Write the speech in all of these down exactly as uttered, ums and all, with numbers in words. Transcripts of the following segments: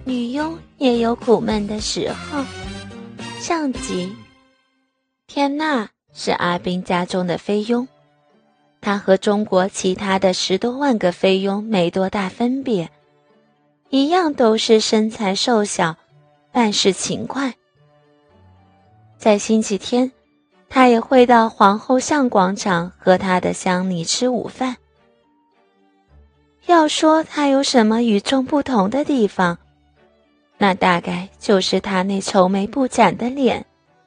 女佣也有苦闷的时候。上集，天娜是阿宾家中的菲佣，她和中国其他的十多万个菲佣没多大分别，一样都是身材瘦小，办事勤快。在星期天，她也会到皇后巷广场和她的香妮吃午饭。要说她有什么与众不同的地方，那大概就是她那愁眉不展的脸。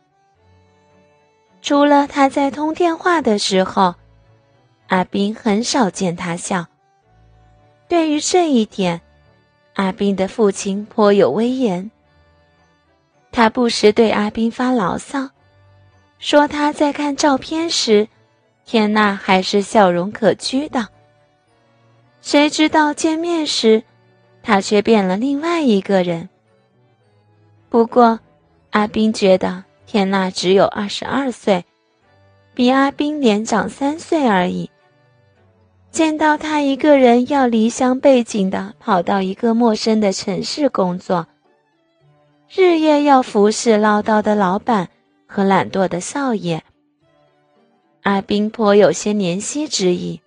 除了她在通电话的时候，阿宾很少见她笑。对于这一点，阿宾的父亲颇有威严。他不时对阿宾发牢骚，说他在看照片时，天娜还是笑容可掬的。谁知道见面时，他却变了另外一个人。不过，阿宾觉得天娜只有二十二岁，比阿宾连长三岁而已。见到他一个人要离乡背井的跑到一个陌生的城市工作，日夜要服侍唠叨的老板和懒惰的少爷，阿宾颇有些怜惜之意。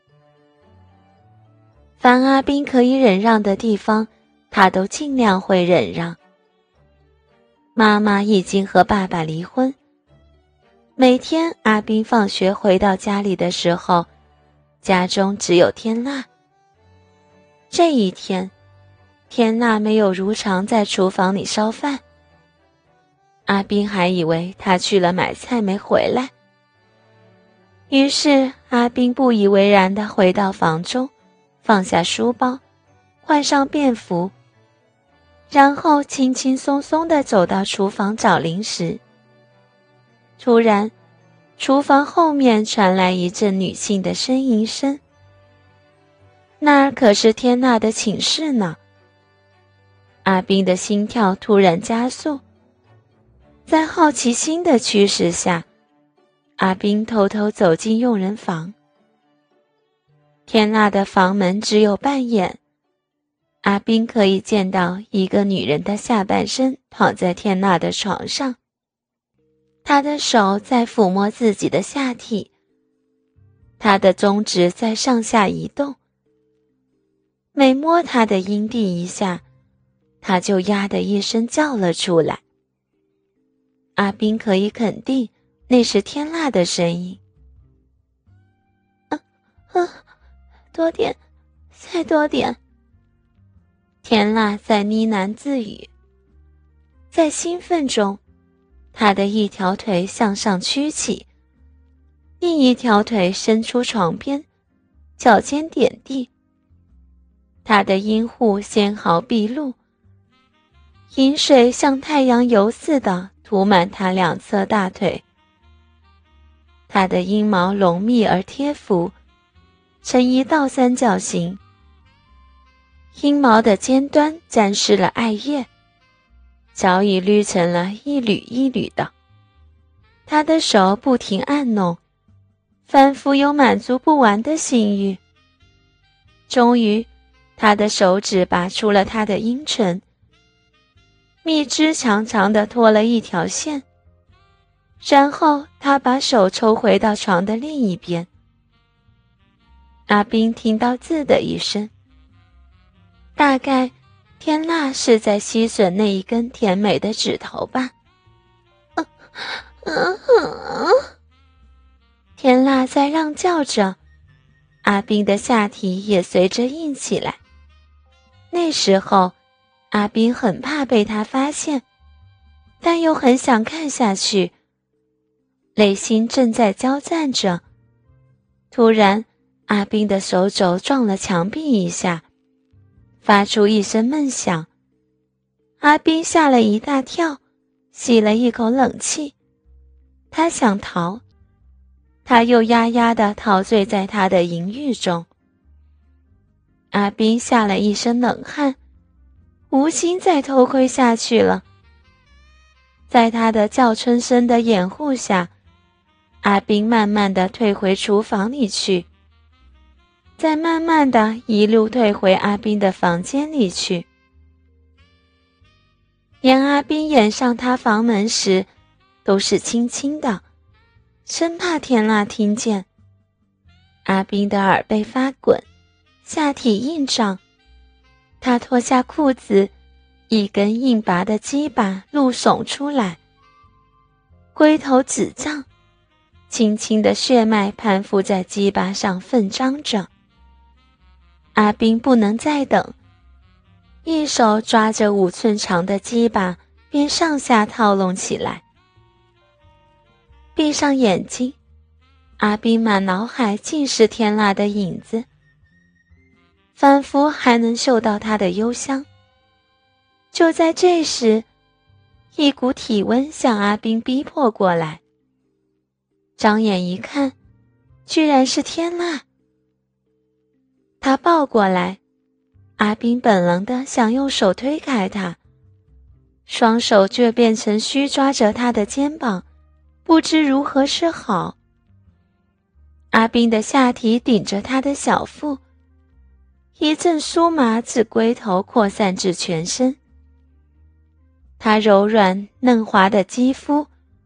凡阿宾可以忍让的地方，他都尽量会忍让。妈妈已经和爸爸离婚，每天阿宾放学回到家里的时候，家中只有天娜。这一天，天娜没有如常在厨房里烧饭。阿宾还以为她去了买菜没回来，于是阿宾不以为然地回到房中，放下书包，换上便服，然后轻轻松松地走到厨房找零食。突然，厨房后面传来一阵女性的呻吟声。那儿可是天娜的寝室呢。阿宾的心跳突然加速，在好奇心的驱使下，阿宾偷偷走进佣人房。天娜的房门只有半掩，阿宾可以见到一个女人的下半身躺在天娜的床上，她的手在抚摸自己的下体，她的中指在上下移动，每摸她的阴蒂一下，她就呀的一声叫了出来。阿宾可以肯定那是天娜的声音。啊啊，多点，再多点。天娜在呢喃自语。在兴奋中，她的一条腿向上屈起，另一条腿伸出床边，脚尖点地。她的阴户纤毫毕露，饮水像太阳油似的涂满她两侧大腿。她的阴毛浓密而贴服，呈一倒三角形，阴毛的尖端沾湿了艾叶，早已捋成了一缕一缕的。她的手不停按弄，仿佛有满足不完的性欲。终于，她的手指拔出了她的阴唇，蜜汁长长的拖了一条线，然后他把手抽回到床的另一边。阿宾听到滋的一声，大概天娜是在吸吮那一根甜美的指头吧。啊啊啊！天娜在让叫着，阿宾的下体也随着硬起来。那时候阿宾很怕被他发现，但又很想看下去，内心正在交战着。突然，阿宾的手肘撞了墙壁一下，发出一声闷响。阿宾吓了一大跳，吸了一口冷气。他想逃，他又呀呀地陶醉在他的淫欲中。阿宾吓了一身冷汗，无心再偷窥下去了。在他的叫春声的掩护下，阿宾慢慢地退回厨房里去，再慢慢地一路退回阿宾的房间里去。 连阿斌掩上他房门时都是轻轻的，生怕天娜听见。阿斌的耳背发滚，下体硬胀，他脱下裤子，一根硬拔的鸡巴露耸出来，龟头紫胀，轻轻的血脉攀附在鸡巴上奋张着。阿斌不能再等，一手抓着五寸长的鸡巴，便上下套拢起来。闭上眼睛，阿斌满脑海尽是天辣的影子，仿佛还能嗅到她的幽香。就在这时，一股体温向阿斌逼迫过来。张眼一看，居然是天辣。他抱过来，阿斌本能地想用手推开他，双手却变成虚抓着他的肩膀，不知如何是好。阿斌的下体顶着他的小腹，一阵酥麻自龟头扩散至全身。他柔软嫩滑的肌肤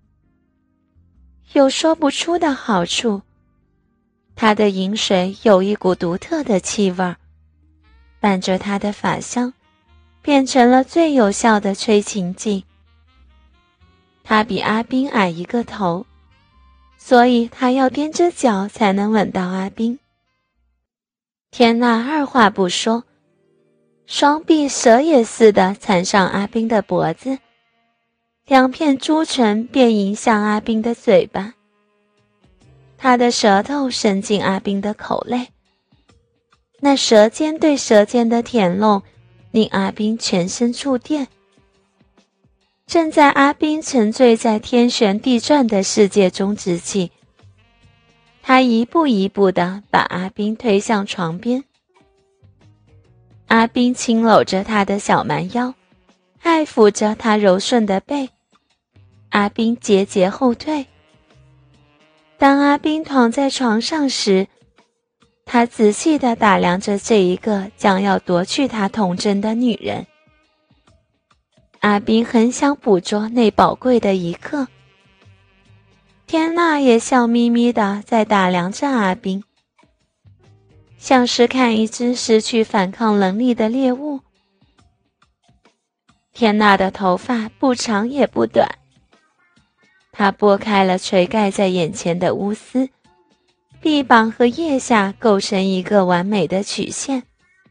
有说不出的好处，他的饮水有一股独特的气味，伴着他的发香，变成了最有效的催情剂。他比阿斌矮一个头，所以他要踮着脚才能吻到阿斌。天娜二话不说，双臂蛇也似的缠上阿斌的脖子，两片朱唇便迎向阿斌的嘴巴。他的舌头伸进阿斌的口内，那舌尖对舌尖的舔弄令阿斌全身触电。正在阿斌沉醉在天旋地转的世界中之际，他一步一步地把阿斌推向床边。阿斌轻搂着他的小蛮腰，爱抚着他柔顺的背。阿斌节节后退。当阿斌躺在床上时，他仔细地打量着这一个将要夺去他童真的女人。阿斌很想捕捉那宝贵的一刻。天娜也笑眯眯地在打量着阿斌，像是看一只失去反抗能力的猎物。天娜的头发不长也不短，她拨开了垂盖在眼前的乌丝，臂膀和腋下构成一个完美的曲线，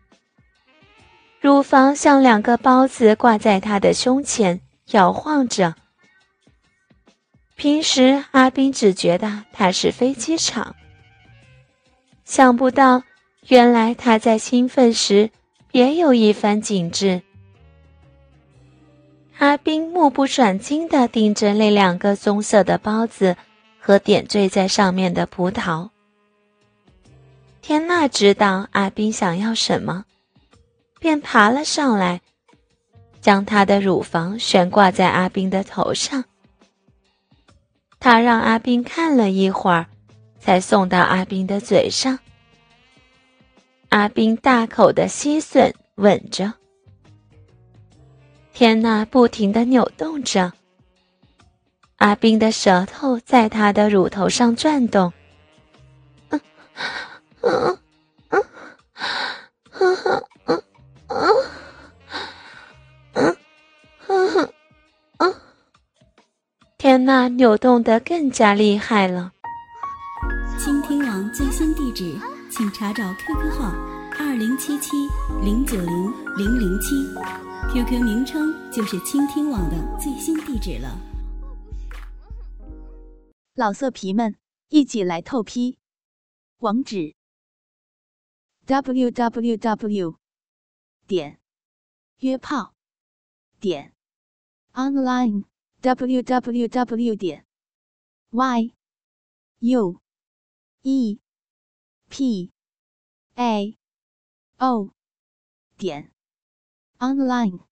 乳房像两个包子挂在她的胸前摇晃着。平时阿斌只觉得她是飞机场，想不到原来她在兴奋时别有一番景致。阿斌目不转睛地盯着那两个棕色的包子和点缀在上面的葡萄。天娜知道阿斌想要什么，便爬了上来，将他的乳房悬挂在阿斌的头上。他让阿斌看了一会儿，才送到阿斌的嘴上。阿斌大口地吸吮吻着，天娜不停地扭动着，阿斌的舌头在她的乳头上转动。嗯嗯嗯嗯嗯嗯嗯嗯嗯，天娜扭动得更加厉害了。 倾听网最新地址，请查找 Q Q 号二零七七零九零零零七 ，Q Q 名称就是倾听网的最新地址了。 老色皮们，一起来透批！网址 ：double u double u double u 点约炮点 online double u double u double u 点 y u e p a o 点 online。